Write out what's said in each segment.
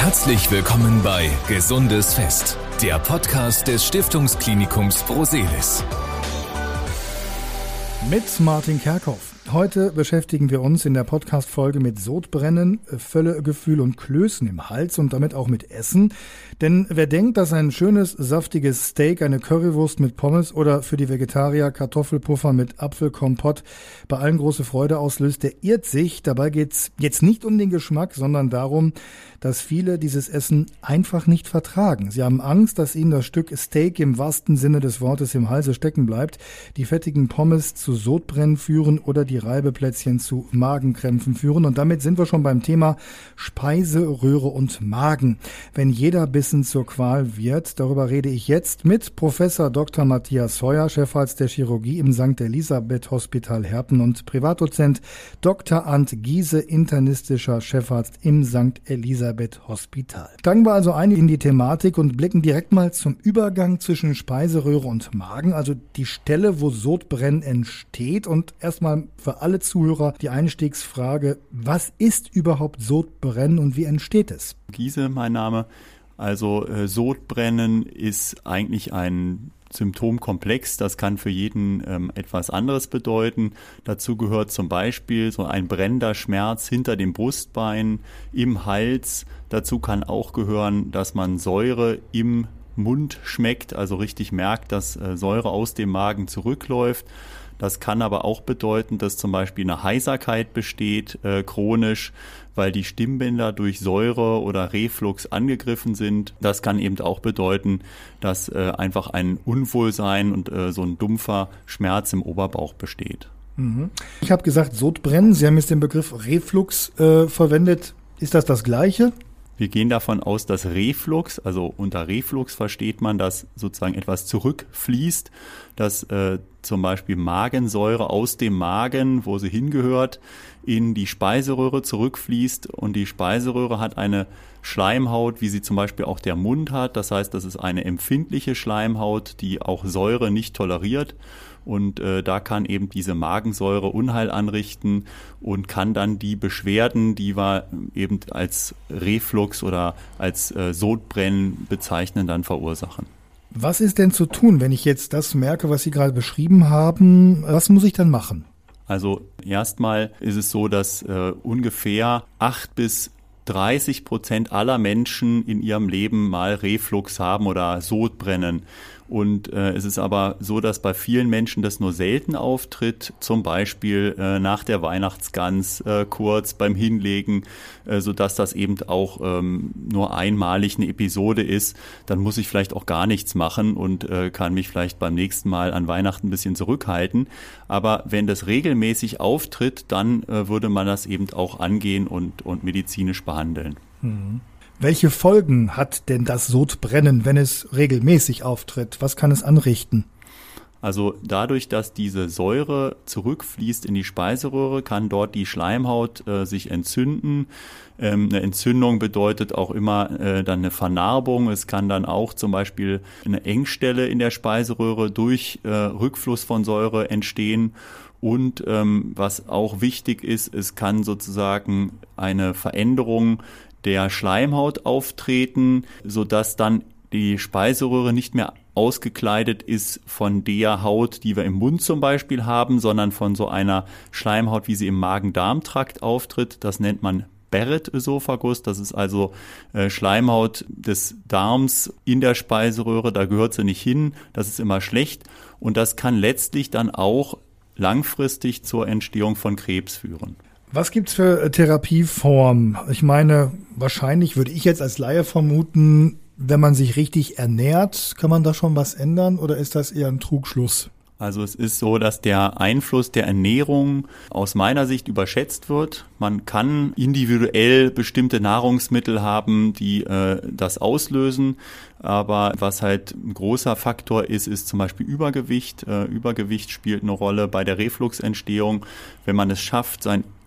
Herzlich willkommen bei Gesundes Fest, der Podcast des Stiftungsklinikums Broselis. Mit Martin Kerkhoff. Heute beschäftigen wir uns in der Podcast-Folge mit Sodbrennen, Völlegefühl und Klößen im Hals und damit auch mit Essen. Denn wer denkt, dass ein schönes, saftiges Steak, eine Currywurst mit Pommes oder für die Vegetarier Kartoffelpuffer mit Apfelkompott bei allen große Freude auslöst, der irrt sich. Dabei geht's jetzt nicht um den Geschmack, sondern darum, dass viele dieses Essen einfach nicht vertragen. Sie haben Angst, dass ihnen das Stück Steak im wahrsten Sinne des Wortes im Halse stecken bleibt, die fettigen Pommes zu Sodbrennen führen oder die Reibeplätzchen zu Magenkrämpfen führen. Und damit sind wir schon beim Thema Speiseröhre und Magen. Wenn jeder Bissen zur Qual wird, darüber rede ich jetzt mit Professor Dr. Matthias Heuer, Chefarzt der Chirurgie im St. Elisabeth Hospital Herten und Privatdozent Dr. Arndt Giese, internistischer Chefarzt im St. Elisabeth Hospital. Steigen wir also ein in die Thematik und blicken direkt mal zum Übergang zwischen Speiseröhre und Magen, also die Stelle, wo Sodbrennen entsteht. Und erstmal für alle Zuhörer die Einstiegsfrage: Was ist überhaupt Sodbrennen und wie entsteht es? Giese, mein Name. Also Sodbrennen ist eigentlich ein Symptomkomplex, das kann für jeden etwas anderes bedeuten. Dazu gehört zum Beispiel so ein brennender Schmerz hinter dem Brustbein, im Hals. Dazu kann auch gehören, dass man Säure im Mund schmeckt, also richtig merkt, dass Säure aus dem Magen zurückläuft. Das kann aber auch bedeuten, dass zum Beispiel eine Heiserkeit besteht, chronisch, weil die Stimmbänder durch Säure oder Reflux angegriffen sind. Das kann eben auch bedeuten, dass einfach ein Unwohlsein und so ein dumpfer Schmerz im Oberbauch besteht. Ich habe gesagt Sodbrennen. Sie haben jetzt den Begriff Reflux verwendet. Ist das Gleiche? Wir gehen davon aus, dass Reflux, also unter Reflux versteht man, dass sozusagen etwas zurückfließt, dass zum Beispiel Magensäure aus dem Magen, wo sie hingehört, in die Speiseröhre zurückfließt, und die Speiseröhre hat eine Schleimhaut, wie sie zum Beispiel auch der Mund hat. Das heißt, das ist eine empfindliche Schleimhaut, die auch Säure nicht toleriert. Und da kann eben diese Magensäure Unheil anrichten und kann dann die Beschwerden, die wir eben als Reflux oder als Sodbrennen bezeichnen, dann verursachen. Was ist denn zu tun, wenn ich jetzt das merke, was Sie gerade beschrieben haben? Was muss ich dann machen? Also erstmal ist es so, dass ungefähr 8-30% aller Menschen in ihrem Leben mal Reflux haben oder Sodbrennen. Und es ist aber so, dass bei vielen Menschen das nur selten auftritt, zum Beispiel nach der Weihnachtsgans, kurz beim Hinlegen, sodass das eben auch nur einmalig eine Episode ist. Dann muss ich vielleicht auch gar nichts machen und kann mich vielleicht beim nächsten Mal an Weihnachten ein bisschen zurückhalten. Aber wenn das regelmäßig auftritt, dann würde man das eben auch angehen und medizinisch behandeln. Welche Folgen hat denn das Sodbrennen, wenn es regelmäßig auftritt? Was kann es anrichten? Also dadurch, dass diese Säure zurückfließt in die Speiseröhre, kann dort die Schleimhaut sich entzünden. Eine Entzündung bedeutet auch immer dann eine Vernarbung. Es kann dann auch zum Beispiel eine Engstelle in der Speiseröhre durch Rückfluss von Säure entstehen. Und was auch wichtig ist, es kann sozusagen eine Veränderung der Schleimhaut auftreten, sodass dann die Speiseröhre nicht mehr ausgekleidet ist von der Haut, die wir im Mund zum Beispiel haben, sondern von so einer Schleimhaut, wie sie im Magen-Darm-Trakt auftritt. Das nennt man Barrett-Ösophagus. Das ist also Schleimhaut des Darms in der Speiseröhre. Da gehört sie nicht hin. Das ist immer schlecht. Und das kann letztlich dann auch langfristig zur Entstehung von Krebs führen. Was gibt's für Therapieformen? Ich meine, wahrscheinlich würde ich jetzt als Laie vermuten, wenn man sich richtig ernährt, kann man da schon was ändern, oder ist das eher ein Trugschluss? Also es ist so, dass der Einfluss der Ernährung aus meiner Sicht überschätzt wird. Man kann individuell bestimmte Nahrungsmittel haben, die das auslösen. Aber was halt ein großer Faktor ist, ist zum Beispiel Übergewicht. Übergewicht spielt eine Rolle bei der Refluxentstehung. Wenn man es schafft, sein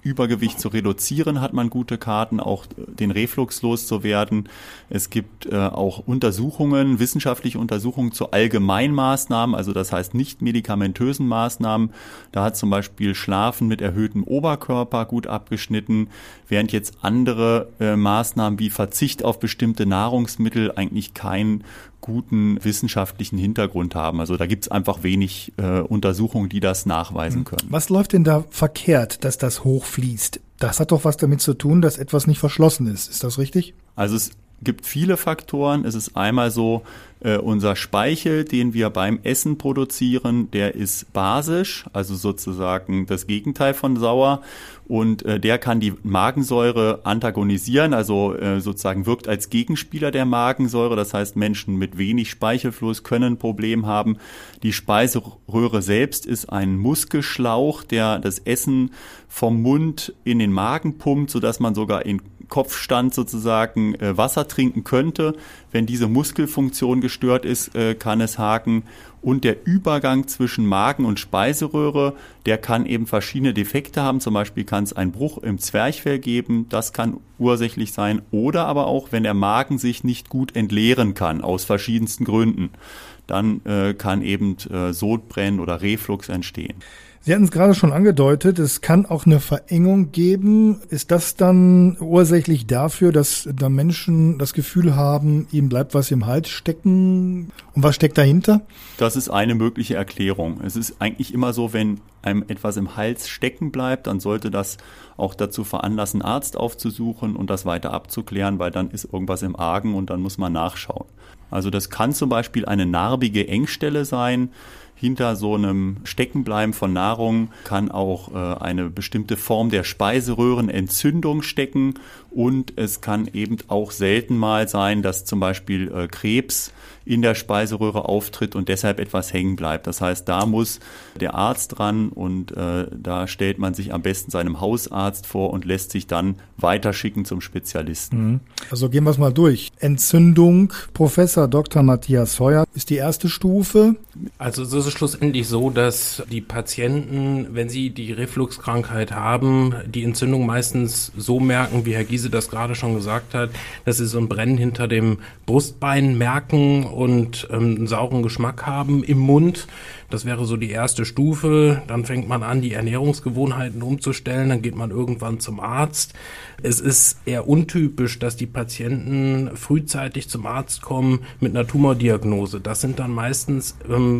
Übergewicht zu reduzieren, hat man gute Karten, auch den Reflux loszuwerden. Es gibt auch Untersuchungen, wissenschaftliche Untersuchungen zu Allgemeinmaßnahmen, also das heißt nicht medikamentösen Maßnahmen. Da hat zum Beispiel Schlafen mit erhöhtem Oberkörper gut abgeschnitten, während jetzt andere Maßnahmen wie Verzicht auf bestimmte Nahrungsmittel eigentlich keinen guten wissenschaftlichen Hintergrund haben. Also da gibt's einfach wenig Untersuchungen, die das nachweisen können. Was läuft denn da verkehrt, dass das hochfließt? Das hat doch was damit zu tun, dass etwas nicht verschlossen ist. Ist das richtig? Also es gibt viele Faktoren. Es ist einmal so, unser Speichel, den wir beim Essen produzieren, der ist basisch, also sozusagen das Gegenteil von sauer. Und der kann die Magensäure antagonisieren, also sozusagen wirkt als Gegenspieler der Magensäure. Das heißt, Menschen mit wenig Speichelfluss können ein Problem haben. Die Speiseröhre selbst ist ein Muskelschlauch, der das Essen vom Mund in den Magen pumpt, sodass man sogar in Kopfstand sozusagen Wasser trinken könnte. Wenn diese Muskelfunktion gestört ist, kann es haken. Und der Übergang zwischen Magen und Speiseröhre, der kann eben verschiedene Defekte haben. Zum Beispiel kann es einen Bruch im Zwerchfell geben. Das kann ursächlich sein. Oder aber auch, wenn der Magen sich nicht gut entleeren kann, aus verschiedensten Gründen. Dann kann eben Sodbrennen oder Reflux entstehen. Sie hatten es gerade schon angedeutet, es kann auch eine Verengung geben. Ist das dann ursächlich dafür, dass da Menschen das Gefühl haben, ihnen bleibt was im Hals stecken? Und was steckt dahinter? Das ist eine mögliche Erklärung. Es ist eigentlich immer so, wenn einem etwas im Hals stecken bleibt, dann sollte das auch dazu veranlassen, einen Arzt aufzusuchen und das weiter abzuklären, weil dann ist irgendwas im Argen und dann muss man nachschauen. Also das kann zum Beispiel eine narbige Engstelle sein. Hinter so einem Steckenbleiben von Nahrung kann auch eine bestimmte Form der Speiseröhrenentzündung stecken und es kann eben auch selten mal sein, dass zum Beispiel Krebs in der Speiseröhre auftritt und deshalb etwas hängen bleibt. Das heißt, da muss der Arzt dran und da stellt man sich am besten seinem Hausarzt vor und lässt sich dann weiterschicken zum Spezialisten. Also gehen wir es mal durch. Entzündung, Professor Dr. Matthias Heuer, ist die erste Stufe. Also es ist schlussendlich so, dass die Patienten, wenn sie die Refluxkrankheit haben, die Entzündung meistens so merken, wie Herr Giese das gerade schon gesagt hat, dass sie so ein Brennen hinter dem Brustbein merken und einen sauren Geschmack haben im Mund. Das wäre so die erste Stufe. Dann fängt man an, die Ernährungsgewohnheiten umzustellen. Dann geht man irgendwann zum Arzt. Es ist eher untypisch, dass die Patienten frühzeitig zum Arzt kommen mit einer Tumordiagnose. Das sind dann meistens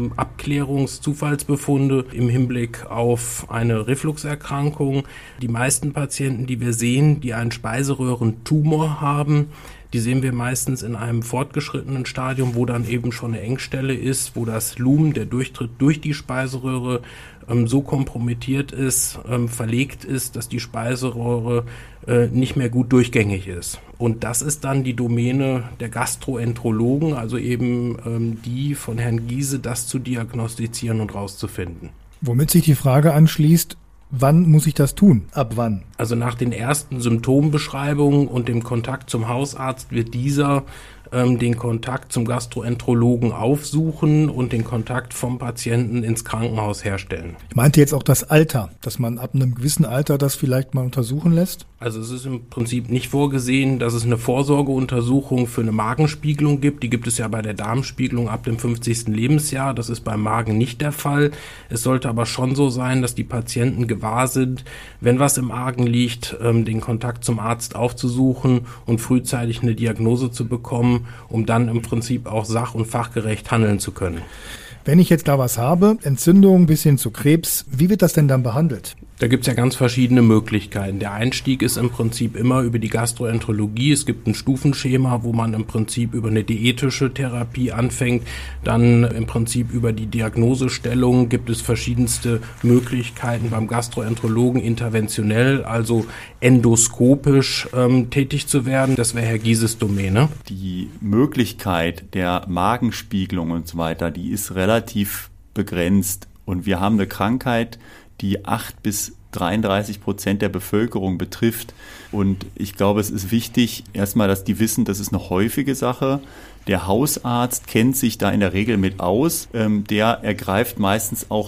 Abklärungszufallsbefunde im Hinblick auf eine Refluxerkrankung. Die meisten Patienten, die wir sehen, die einen Speiseröhrentumor haben, die sehen wir meistens in einem fortgeschrittenen Stadium, wo dann eben schon eine Engstelle ist, wo das Lumen, der Durchtritt durch die Speiseröhre so kompromittiert ist, verlegt ist, dass die Speiseröhre nicht mehr gut durchgängig ist. Und das ist dann die Domäne der Gastroenterologen, also eben die von Herrn Giese, das zu diagnostizieren und rauszufinden. Womit sich die Frage anschließt, wann muss ich das tun? Ab wann? Also nach den ersten Symptombeschreibungen und dem Kontakt zum Hausarzt wird dieser den Kontakt zum Gastroenterologen aufsuchen und den Kontakt vom Patienten ins Krankenhaus herstellen. Ich meinte jetzt auch das Alter, dass man ab einem gewissen Alter das vielleicht mal untersuchen lässt? Also es ist im Prinzip nicht vorgesehen, dass es eine Vorsorgeuntersuchung für eine Magenspiegelung gibt. Die gibt es ja bei der Darmspiegelung ab dem 50. Lebensjahr. Das ist beim Magen nicht der Fall. Es sollte aber schon so sein, dass die Patienten gewahr sind, wenn was im Argen liegt, den Kontakt zum Arzt aufzusuchen und frühzeitig eine Diagnose zu bekommen, um dann im Prinzip auch sach- und fachgerecht handeln zu können. Wenn ich jetzt da was habe, Entzündung bis hin zu Krebs, wie wird das denn dann behandelt? Da gibt's ja ganz verschiedene Möglichkeiten. Der Einstieg ist im Prinzip immer über die Gastroenterologie. Es gibt ein Stufenschema, wo man im Prinzip über eine diätische Therapie anfängt. Dann im Prinzip über die Diagnosestellung gibt es verschiedenste Möglichkeiten beim Gastroenterologen interventionell, also endoskopisch tätig zu werden. Das wäre Herr Gieses Domäne. Die Möglichkeit der Magenspiegelung und so weiter, die ist relativ begrenzt. Und wir haben eine Krankheit, die 8-33% der Bevölkerung betrifft. Und ich glaube, es ist wichtig, erstmal, dass die wissen, das ist eine häufige Sache. Der Hausarzt kennt sich da in der Regel mit aus. Der ergreift meistens auch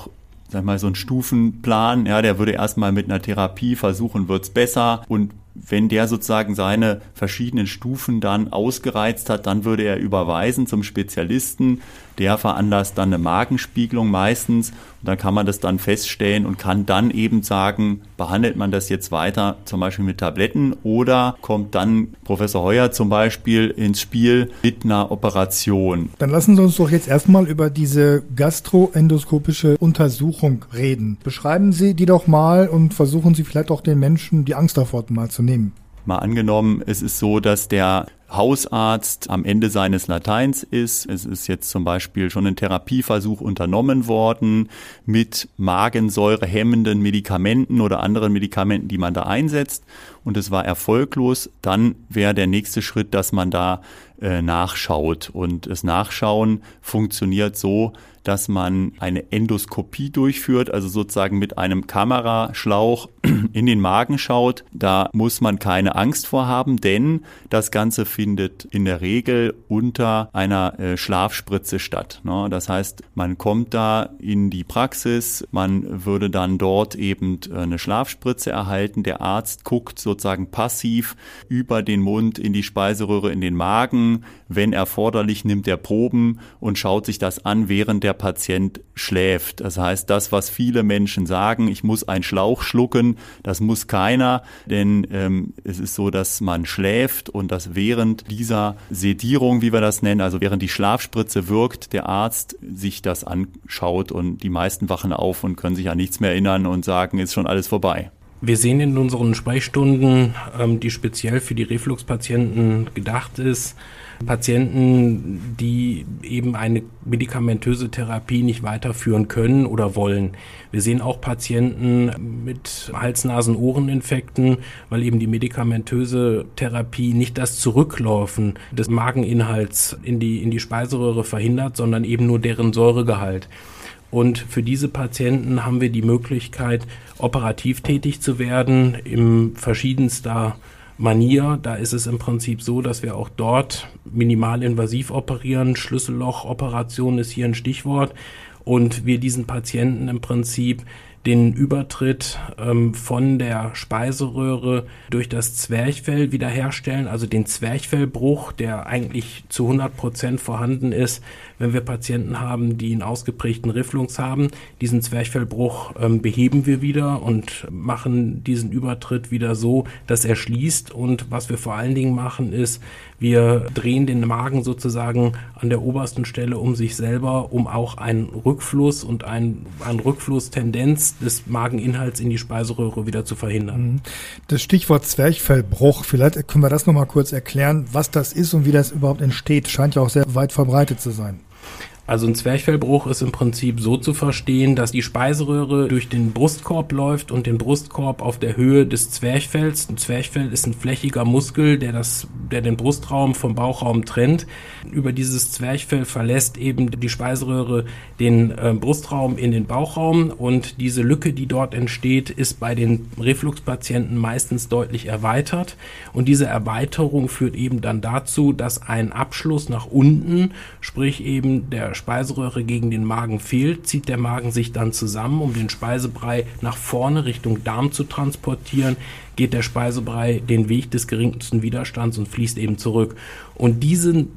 sag mal, so ein Stufenplan, ja, der würde erstmal mit einer Therapie versuchen, wird's besser, und wenn der sozusagen seine verschiedenen Stufen dann ausgereizt hat, dann würde er überweisen zum Spezialisten. Der veranlasst dann eine Magenspiegelung meistens, und dann kann man das dann feststellen und kann dann eben sagen, behandelt man das jetzt weiter zum Beispiel mit Tabletten, oder kommt dann Professor Heuer zum Beispiel ins Spiel mit einer Operation. Dann lassen Sie uns doch jetzt erstmal über diese gastroendoskopische Untersuchung reden. Beschreiben Sie die doch mal und versuchen Sie vielleicht auch den Menschen die Angst davor mal zu nehmen. Mal angenommen, es ist so, dass der Hausarzt am Ende seines Lateins ist. Es ist jetzt zum Beispiel schon ein Therapieversuch unternommen worden mit magensäurehemmenden Medikamenten oder anderen Medikamenten, die man da einsetzt, und es war erfolglos. Dann wäre der nächste Schritt, dass man da nachschaut. Und das Nachschauen funktioniert so, dass man eine Endoskopie durchführt, also sozusagen mit einem Kameraschlauch in den Magen schaut. Da muss man keine Angst vor haben, denn das Ganze findet in der Regel unter einer Schlafspritze statt. Das heißt, man kommt da in die Praxis, man würde dann dort eben eine Schlafspritze erhalten. Der Arzt guckt sozusagen passiv über den Mund in die Speiseröhre, in den Magen. Wenn erforderlich, nimmt er Proben und schaut sich das an, während der Patient schläft. Das heißt, das, was viele Menschen sagen, ich muss einen Schlauch schlucken, das muss keiner, denn es ist so, dass man schläft und dass während dieser Sedierung, wie wir das nennen, also während die Schlafspritze wirkt, der Arzt sich das anschaut, und die meisten wachen auf und können sich an nichts mehr erinnern und sagen, ist schon alles vorbei. Wir sehen in unseren Sprechstunden, die speziell für die Refluxpatienten gedacht ist, Patienten, die eben eine medikamentöse Therapie nicht weiterführen können oder wollen. Wir sehen auch Patienten mit Hals-Nasen-Ohren-Infekten, weil eben die medikamentöse Therapie nicht das Zurücklaufen des Mageninhalts in die Speiseröhre verhindert, sondern eben nur deren Säuregehalt. Und für diese Patienten haben wir die Möglichkeit, operativ tätig zu werden in verschiedenster Manier. Da ist es im Prinzip so, dass wir auch dort minimalinvasiv operieren. Schlüssellochoperation ist hier ein Stichwort. Und wir diesen Patienten im Prinzip den Übertritt von der Speiseröhre durch das Zwerchfell wiederherstellen, also den Zwerchfellbruch, der eigentlich zu 100% vorhanden ist, wenn wir Patienten haben, die einen ausgeprägten Reflux haben. Diesen Zwerchfellbruch beheben wir wieder und machen diesen Übertritt wieder so, dass er schließt. Und was wir vor allen Dingen machen, ist, wir drehen den Magen sozusagen an der obersten Stelle um sich selber, um auch einen Rückfluss und eine Rückflusstendenz des Mageninhalts in die Speiseröhre wieder zu verhindern. Das Stichwort Zwerchfellbruch, vielleicht können wir das nochmal kurz erklären, was das ist und wie das überhaupt entsteht. Scheint ja auch sehr weit verbreitet zu sein. Also ein Zwerchfellbruch ist im Prinzip so zu verstehen, dass die Speiseröhre durch den Brustkorb läuft und den Brustkorb auf der Höhe des Zwerchfells. Ein Zwerchfell ist ein flächiger Muskel, der den Brustraum vom Bauchraum trennt. Über dieses Zwerchfell verlässt eben die Speiseröhre den Brustraum in den Bauchraum, und diese Lücke, die dort entsteht, ist bei den Refluxpatienten meistens deutlich erweitert, und diese Erweiterung führt eben dann dazu, dass ein Abschluss nach unten, sprich eben der Speiseröhre gegen den Magen fehlt, zieht der Magen sich dann zusammen, um den Speisebrei nach vorne Richtung Darm zu transportieren, geht der Speisebrei den Weg des geringsten Widerstands und fließt eben zurück. Und diesen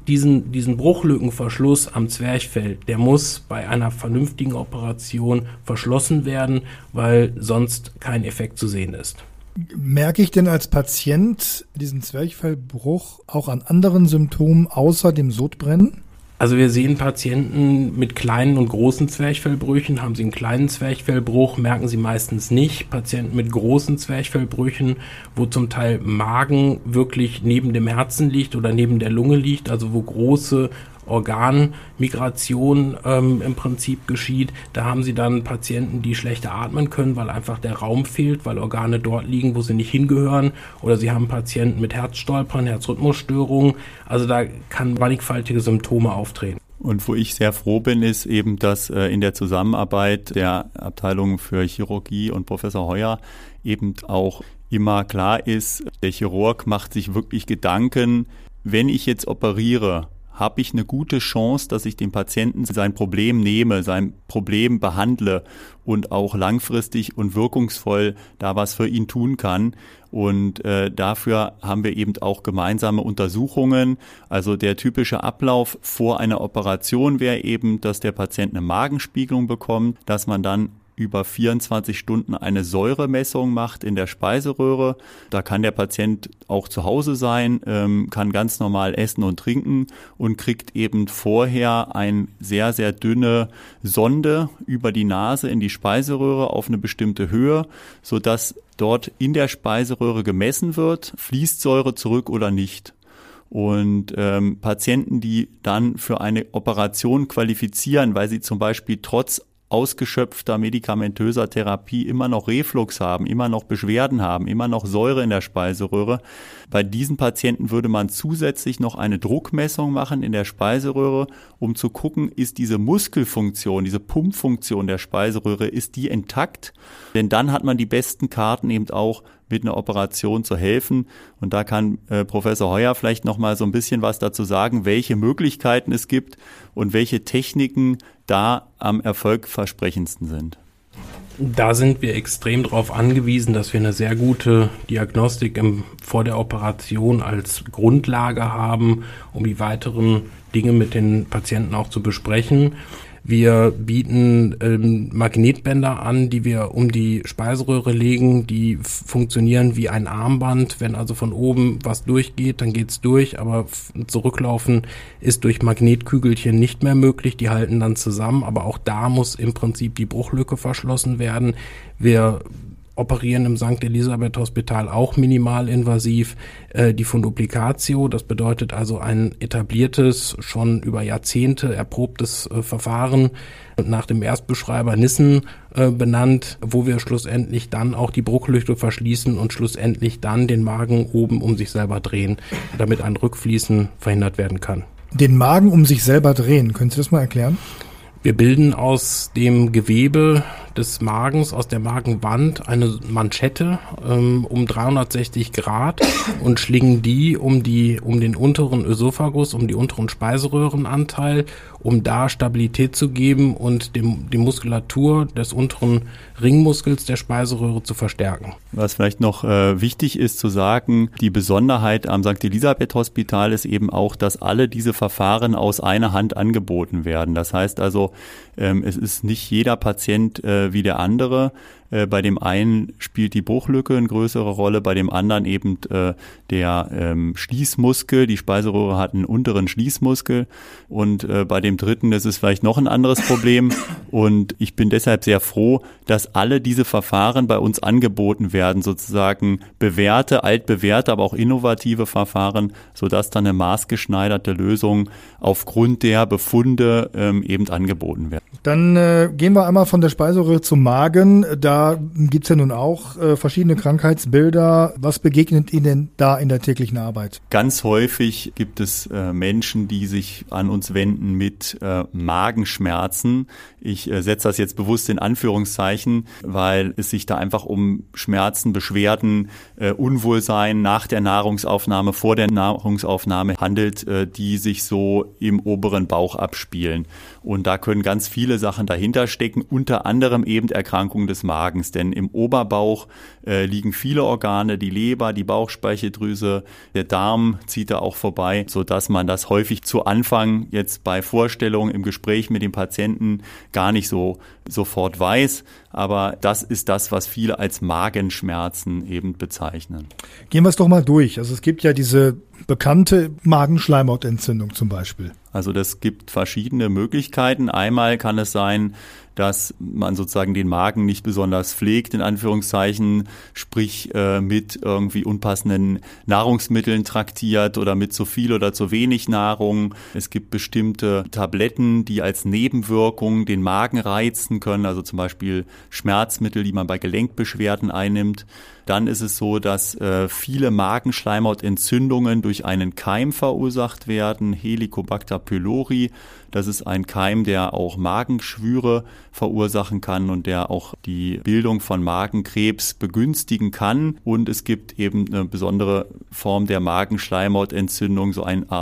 Bruchlückenverschluss am Zwerchfell, der muss bei einer vernünftigen Operation verschlossen werden, weil sonst kein Effekt zu sehen ist. Merke ich denn als Patient diesen Zwerchfellbruch auch an anderen Symptomen außer dem Sodbrennen? Also wir sehen Patienten mit kleinen und großen Zwerchfellbrüchen. Haben sie einen kleinen Zwerchfellbruch, merken sie meistens nicht. Patienten mit großen Zwerchfellbrüchen, wo zum Teil Magen wirklich neben dem Herzen liegt oder neben der Lunge liegt, also wo große Organmigration im Prinzip geschieht. Da haben sie dann Patienten, die schlechter atmen können, weil einfach der Raum fehlt, weil Organe dort liegen, wo sie nicht hingehören. Oder sie haben Patienten mit Herzstolpern, Herzrhythmusstörungen. Also da kann mannigfaltige Symptome auftreten. Und wo ich sehr froh bin, ist eben, dass in der Zusammenarbeit der Abteilung für Chirurgie und Professor Heuer eben auch immer klar ist, der Chirurg macht sich wirklich Gedanken, wenn ich jetzt operiere, habe ich eine gute Chance, dass ich dem Patienten sein Problem nehme, sein Problem behandle und auch langfristig und wirkungsvoll da was für ihn tun kann. Und dafür haben wir eben auch gemeinsame Untersuchungen. Also der typische Ablauf vor einer Operation wäre eben, dass der Patient eine Magenspiegelung bekommt, dass man dann über 24 Stunden eine Säuremessung macht in der Speiseröhre. Da kann der Patient auch zu Hause sein, kann ganz normal essen und trinken und kriegt eben vorher eine sehr, sehr dünne Sonde über die Nase in die Speiseröhre auf eine bestimmte Höhe, sodass dort in der Speiseröhre gemessen wird, fließt Säure zurück oder nicht. Und Patienten, die dann für eine Operation qualifizieren, weil sie zum Beispiel trotz ausgeschöpfter medikamentöser Therapie immer noch Reflux haben, immer noch Beschwerden haben, immer noch Säure in der Speiseröhre. Bei diesen Patienten würde man zusätzlich noch eine Druckmessung machen in der Speiseröhre, um zu gucken, ist diese Muskelfunktion, diese Pumpfunktion der Speiseröhre, ist die intakt? Denn dann hat man die besten Karten eben auch mit einer Operation zu helfen. Und da kann Professor Heuer vielleicht noch mal so ein bisschen was dazu sagen, welche Möglichkeiten es gibt und welche Techniken da am erfolgversprechendsten sind. Da sind wir extrem darauf angewiesen, dass wir eine sehr gute Diagnostik vor der Operation als Grundlage haben, um die weiteren Dinge mit den Patienten auch zu besprechen. Wir bieten Magnetbänder an, die wir um die Speiseröhre legen. Die funktionieren wie ein Armband. Wenn also von oben was durchgeht, dann geht's durch. Aber zurücklaufen ist durch Magnetkügelchen nicht mehr möglich. Die halten dann zusammen. Aber auch da muss im Prinzip die Bruchlücke verschlossen werden. Wir operieren im St. Elisabeth Hospital auch minimalinvasiv die Funduplicatio. Das bedeutet also ein etabliertes, schon über Jahrzehnte erprobtes Verfahren nach dem Erstbeschreiber Nissen benannt, wo wir schlussendlich dann auch die Bruchlücke verschließen und schlussendlich dann den Magen oben um sich selber drehen, damit ein Rückfließen verhindert werden kann. Den Magen um sich selber drehen, können Sie das mal erklären? Wir bilden aus dem Gewebe des Magens, aus der Magenwand, eine Manschette um 360 Grad und schlingen die um den unteren Ösophagus, um die unteren Speiseröhrenanteil, um da Stabilität zu geben und die Muskulatur des unteren Ringmuskels der Speiseröhre zu verstärken. Was vielleicht noch wichtig ist zu sagen, die Besonderheit am St. Elisabeth Hospital ist eben auch, dass alle diese Verfahren aus einer Hand angeboten werden. Das heißt also, es ist nicht jeder Patient wie der andere. Bei dem einen spielt die Bruchlücke eine größere Rolle, bei dem anderen eben der Schließmuskel. Die Speiseröhre hat einen unteren Schließmuskel und bei dem dritten, das ist vielleicht noch ein anderes Problem. Und ich bin deshalb sehr froh, dass alle diese Verfahren bei uns angeboten werden, sozusagen bewährte, altbewährte, aber auch innovative Verfahren, sodass dann eine maßgeschneiderte Lösung aufgrund der Befunde eben angeboten wird. Dann gehen wir einmal von der Speiseröhre zum Magen. Da gibt's ja nun auch verschiedene Krankheitsbilder. Was begegnet Ihnen denn da in der täglichen Arbeit? Ganz häufig gibt es Menschen, die sich an uns wenden mit Magenschmerzen. Ich setze das jetzt bewusst in Anführungszeichen, weil es sich da einfach um Schmerzen, Beschwerden, Unwohlsein nach der Nahrungsaufnahme, vor der Nahrungsaufnahme handelt, die sich so im oberen Bauch abspielen. Und da können ganz viele Sachen dahinter stecken, unter anderem eben Erkrankungen des Magens. Denn im Oberbauch liegen viele Organe, die Leber, die Bauchspeicheldrüse, der Darm zieht da auch vorbei, sodass man das häufig zu Anfang jetzt bei Vorstellungen im Gespräch mit dem Patienten gar nicht so sofort weiß. Aber das ist das, was viele als Magenschmerzen eben bezeichnen. Gehen wir es doch mal durch. Also es gibt ja diese bekannte Magenschleimhautentzündung zum Beispiel. Also das gibt verschiedene Möglichkeiten. Einmal kann es sein, dass man sozusagen den Magen nicht besonders pflegt, in Anführungszeichen, sprich mit irgendwie unpassenden Nahrungsmitteln traktiert oder mit zu viel oder zu wenig Nahrung. Es gibt bestimmte Tabletten, die als Nebenwirkung den Magen reizen können, also zum Beispiel Schmerzmittel, die man bei Gelenkbeschwerden einnimmt. Dann ist es so, dass viele Magenschleimhautentzündungen durch einen Keim verursacht werden, Helicobacter pylori. Das ist ein Keim, der auch Magenschwüre verursachen kann und der auch die Bildung von Magenkrebs begünstigen kann. Und es gibt eben eine besondere Form der Magenschleimhautentzündung, so eine Art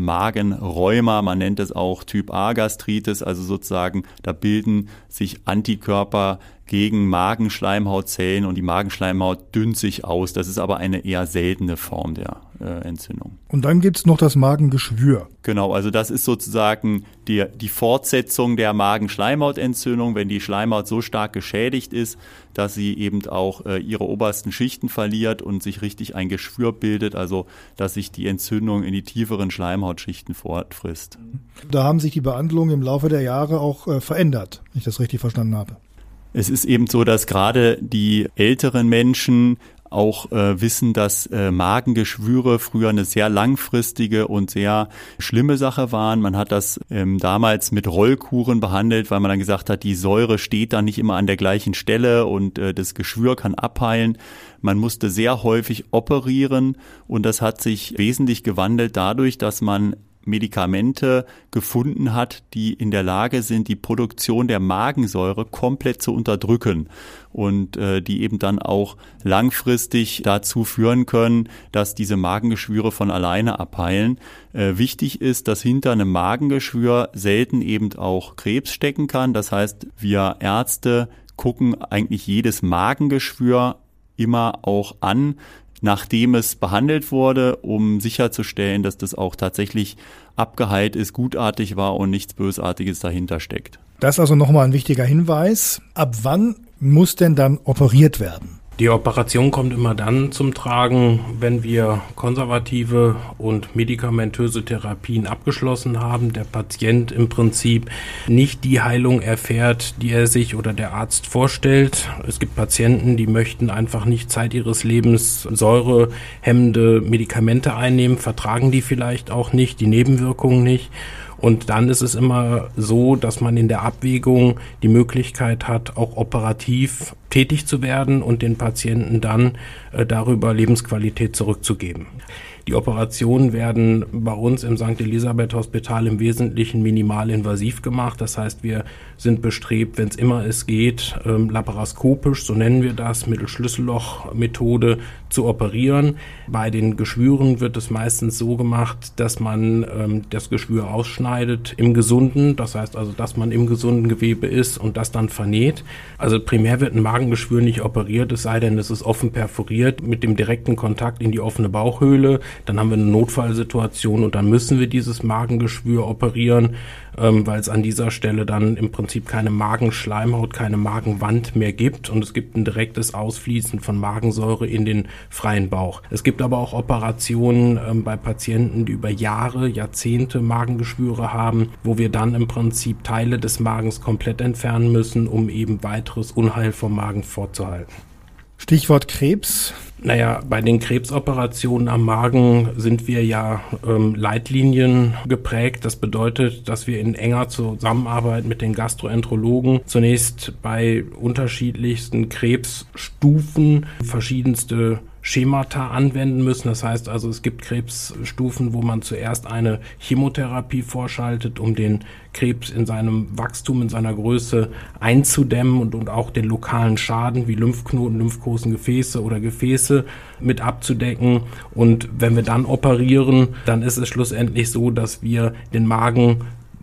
Magenrheuma, man nennt es auch Typ A Gastritis, also sozusagen da bilden sich Antikörper gegen Magenschleimhautzellen und die Magenschleimhaut dünnt sich aus. Das ist aber eine eher seltene Form der Entzündung. Und dann gibt's noch das Magengeschwür. Genau, also das ist sozusagen die Fortsetzung der Magenschleimhautentzündung, wenn die Schleimhaut so stark geschädigt ist, dass sie eben auch ihre obersten Schichten verliert und sich richtig ein Geschwür bildet, also dass sich die Entzündung in die tieferen Schleimhautschichten fortfrisst. Da haben sich die Behandlungen im Laufe der Jahre auch verändert, wenn ich das richtig verstanden habe. Es ist eben so, dass gerade die älteren Menschen auch wissen, dass Magengeschwüre früher eine sehr langfristige und sehr schlimme Sache waren. Man hat das damals mit Rollkuren behandelt, weil man dann gesagt hat, die Säure steht da nicht immer an der gleichen Stelle und das Geschwür kann abheilen. Man musste sehr häufig operieren und das hat sich wesentlich gewandelt dadurch, dass man Medikamente gefunden hat, die in der Lage sind, die Produktion der Magensäure komplett zu unterdrücken und die eben dann auch langfristig dazu führen können, dass diese Magengeschwüre von alleine abheilen. Wichtig ist, dass hinter einem Magengeschwür selten eben auch Krebs stecken kann. Das heißt, wir Ärzte gucken eigentlich jedes Magengeschwür immer auch an, nachdem es behandelt wurde, um sicherzustellen, dass das auch tatsächlich abgeheilt ist, gutartig war und nichts Bösartiges dahinter steckt. Das ist also nochmal ein wichtiger Hinweis. Ab wann muss denn dann operiert werden? Die Operation kommt immer dann zum Tragen, wenn wir konservative und medikamentöse Therapien abgeschlossen haben, der Patient im Prinzip nicht die Heilung erfährt, die er sich oder der Arzt vorstellt. Es gibt Patienten, die möchten einfach nicht Zeit ihres Lebens säurehemmende Medikamente einnehmen, vertragen die vielleicht auch nicht, die Nebenwirkungen nicht. Und dann ist es immer so, dass man in der Abwägung die Möglichkeit hat, auch operativ tätig zu werden und den Patienten dann darüber Lebensqualität zurückzugeben. Die Operationen werden bei uns im St. Elisabeth Hospital im Wesentlichen minimalinvasiv gemacht. Das heißt, wir sind bestrebt, wenn es immer es geht, laparoskopisch, so nennen wir das, mittels Schlüssellochmethode zu operieren. Bei den Geschwüren wird es meistens so gemacht, dass man das Geschwür ausschneidet im Gesunden. Das heißt also, dass man im gesunden Gewebe ist und das dann vernäht. Also primär wird ein Magengeschwür nicht operiert, es sei denn, es ist offen perforiert mit dem direkten Kontakt in die offene Bauchhöhle. Dann haben wir eine Notfallsituation und dann müssen wir dieses Magengeschwür operieren, weil es an dieser Stelle dann im Prinzip keine Magenschleimhaut, keine Magenwand mehr gibt und es gibt ein direktes Ausfließen von Magensäure in den freien Bauch. Es gibt aber auch Operationen bei Patienten, die über Jahre, Jahrzehnte Magengeschwüre haben, wo wir dann im Prinzip Teile des Magens komplett entfernen müssen, um eben weiteres Unheil vom Magen vorzuhalten. Stichwort Krebs. Naja, bei den Krebsoperationen am Magen sind wir ja Leitlinien geprägt. Das bedeutet, dass wir in enger Zusammenarbeit mit den Gastroenterologen zunächst bei unterschiedlichsten Krebsstufen verschiedenste Schemata anwenden müssen. Das heißt also, es gibt Krebsstufen, wo man zuerst eine Chemotherapie vorschaltet, um den Krebs in seinem Wachstum, in seiner Größe einzudämmen und auch den lokalen Schaden wie Lymphknoten, Lymphkosengefäße oder Gefäße mit abzudecken. Und wenn wir dann operieren, dann ist es schlussendlich so, dass wir den Magen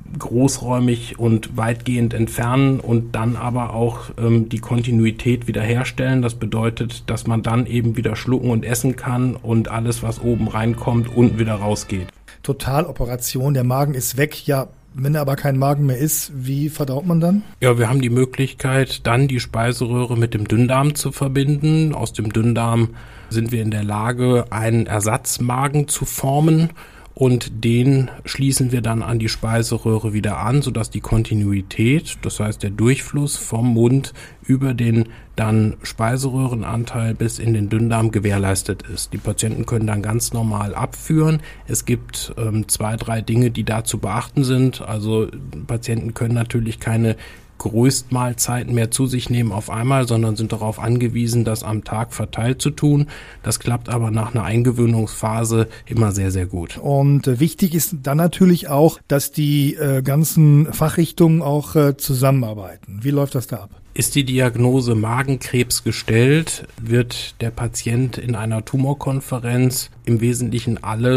großräumig und weitgehend entfernen und dann aber auch die Kontinuität wiederherstellen. Das bedeutet, dass man dann eben wieder schlucken und essen kann und alles, was oben reinkommt, unten wieder rausgeht. Totaloperation, der Magen ist weg. Ja, wenn aber kein Magen mehr ist, wie verdaut man dann? Ja, wir haben die Möglichkeit, dann die Speiseröhre mit dem Dünndarm zu verbinden. Aus dem Dünndarm sind wir in der Lage, einen Ersatzmagen zu formen. Und den schließen wir dann an die Speiseröhre wieder an, sodass die Kontinuität, das heißt der Durchfluss vom Mund über den dann Speiseröhrenanteil bis in den Dünndarm gewährleistet ist. Die Patienten können dann ganz normal abführen. Es gibt 2, 3 Dinge, die da zu beachten sind. Also Patienten können natürlich keine Größtmahlzeiten mehr zu sich nehmen auf einmal, sondern sind darauf angewiesen, das am Tag verteilt zu tun. Das klappt aber nach einer Eingewöhnungsphase immer sehr, sehr gut. Und wichtig ist dann natürlich auch, dass die ganzen Fachrichtungen auch zusammenarbeiten. Wie läuft das da ab? Ist die Diagnose Magenkrebs gestellt, wird der Patient in einer Tumorkonferenz im Wesentlichen alle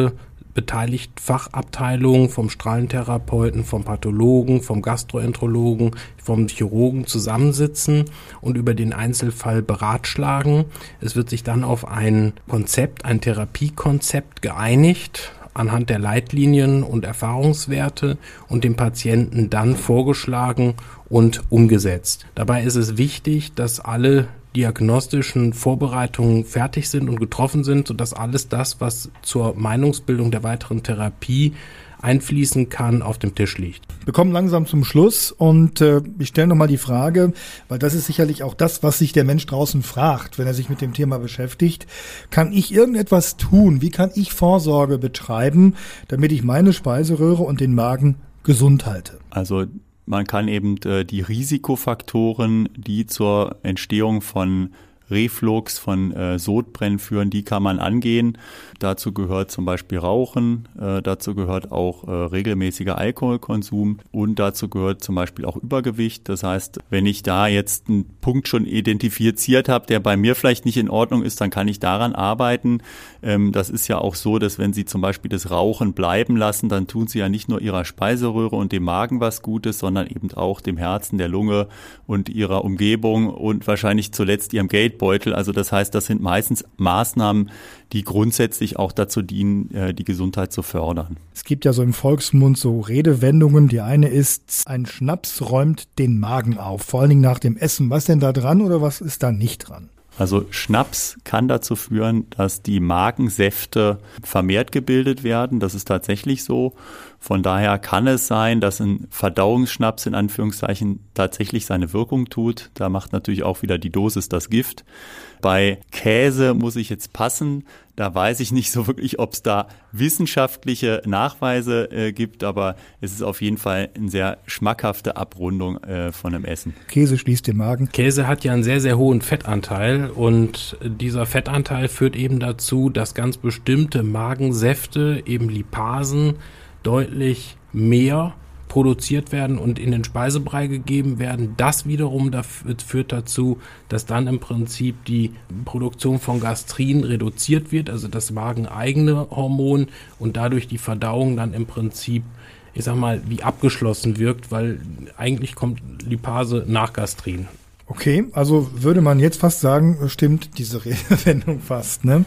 beteiligten Fachabteilungen, vom Strahlentherapeuten, vom Pathologen, vom Gastroenterologen, vom Chirurgen zusammensitzen und über den Einzelfall beratschlagen. Es wird sich dann auf ein Konzept, ein Therapiekonzept geeinigt, anhand der Leitlinien und Erfahrungswerte und dem Patienten dann vorgeschlagen und umgesetzt. Dabei ist es wichtig, dass alle diagnostischen Vorbereitungen fertig sind und getroffen sind, sodass alles das, was zur Meinungsbildung der weiteren Therapie einfließen kann, auf dem Tisch liegt. Wir kommen langsam zum Schluss und ich stelle nochmal die Frage, weil das ist sicherlich auch das, was sich der Mensch draußen fragt, wenn er sich mit dem Thema beschäftigt. Kann ich irgendetwas tun? Wie kann ich Vorsorge betreiben, damit ich meine Speiseröhre und den Magen gesund halte? Also man kann eben die Risikofaktoren, die zur Entstehung von Reflux, von Sodbrennen führen, die kann man angehen. Dazu gehört zum Beispiel Rauchen, dazu gehört auch regelmäßiger Alkoholkonsum und dazu gehört zum Beispiel auch Übergewicht. Das heißt, wenn ich da jetzt einen Punkt schon identifiziert habe, der bei mir vielleicht nicht in Ordnung ist, dann kann ich daran arbeiten. Das ist ja auch so, dass wenn Sie zum Beispiel das Rauchen bleiben lassen, dann tun Sie ja nicht nur Ihrer Speiseröhre und dem Magen was Gutes, sondern eben auch dem Herzen, der Lunge und Ihrer Umgebung und wahrscheinlich zuletzt Ihrem Geldbeutel. Also das heißt, das sind meistens Maßnahmen, die grundsätzlich auch dazu dienen, die Gesundheit zu fördern. Es gibt ja so im Volksmund so Redewendungen. Die eine ist, ein Schnaps räumt den Magen auf, vor allen Dingen nach dem Essen. Was denn da dran oder was ist da nicht dran? Also Schnaps kann dazu führen, dass die Magensäfte vermehrt gebildet werden. Das ist tatsächlich so. Von daher kann es sein, dass ein Verdauungsschnaps in Anführungszeichen tatsächlich seine Wirkung tut. Da macht natürlich auch wieder die Dosis das Gift. Bei Käse muss ich jetzt passen. Da weiß ich nicht so wirklich, ob es da wissenschaftliche Nachweise gibt, aber es ist auf jeden Fall eine sehr schmackhafte Abrundung von einem Essen. Käse schließt den Magen. Käse hat ja einen sehr, sehr hohen Fettanteil und dieser Fettanteil führt eben dazu, dass ganz bestimmte Magensäfte, eben Lipasen, deutlich mehr produziert werden und in den Speisebrei gegeben werden. Das wiederum führt dazu, dass dann im Prinzip die Produktion von Gastrin reduziert wird, also das mageneigene Hormon, und dadurch die Verdauung dann im Prinzip, ich sag mal, wie abgeschlossen wirkt, weil eigentlich kommt Lipase nach Gastrin. Okay, also würde man jetzt fast sagen, stimmt diese Redewendung fast, ne?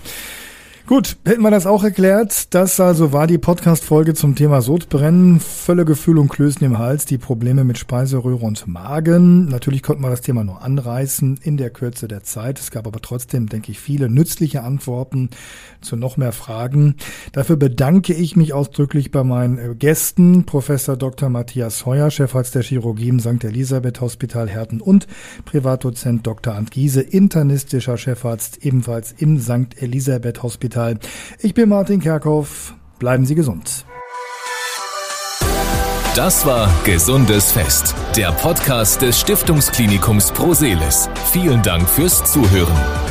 Gut, hätten wir das auch erklärt. Das also war die Podcast-Folge zum Thema Sodbrennen, Völlegefühl und Klößen im Hals, die Probleme mit Speiseröhre und Magen. Natürlich konnten wir das Thema nur anreißen in der Kürze der Zeit. Es gab aber trotzdem, denke ich, viele nützliche Antworten zu noch mehr Fragen. Dafür bedanke ich mich ausdrücklich bei meinen Gästen, Professor Dr. Matthias Heuer, Chefarzt der Chirurgie im St. Elisabeth Hospital Herten und Privatdozent Dr. Arndt Giese, internistischer Chefarzt ebenfalls im St. Elisabeth Hospital. Ich bin Martin Kerkhoff. Bleiben Sie gesund. Das war Gesundes Fest, der Podcast des Stiftungsklinikums Pro Seelis. Vielen Dank fürs Zuhören.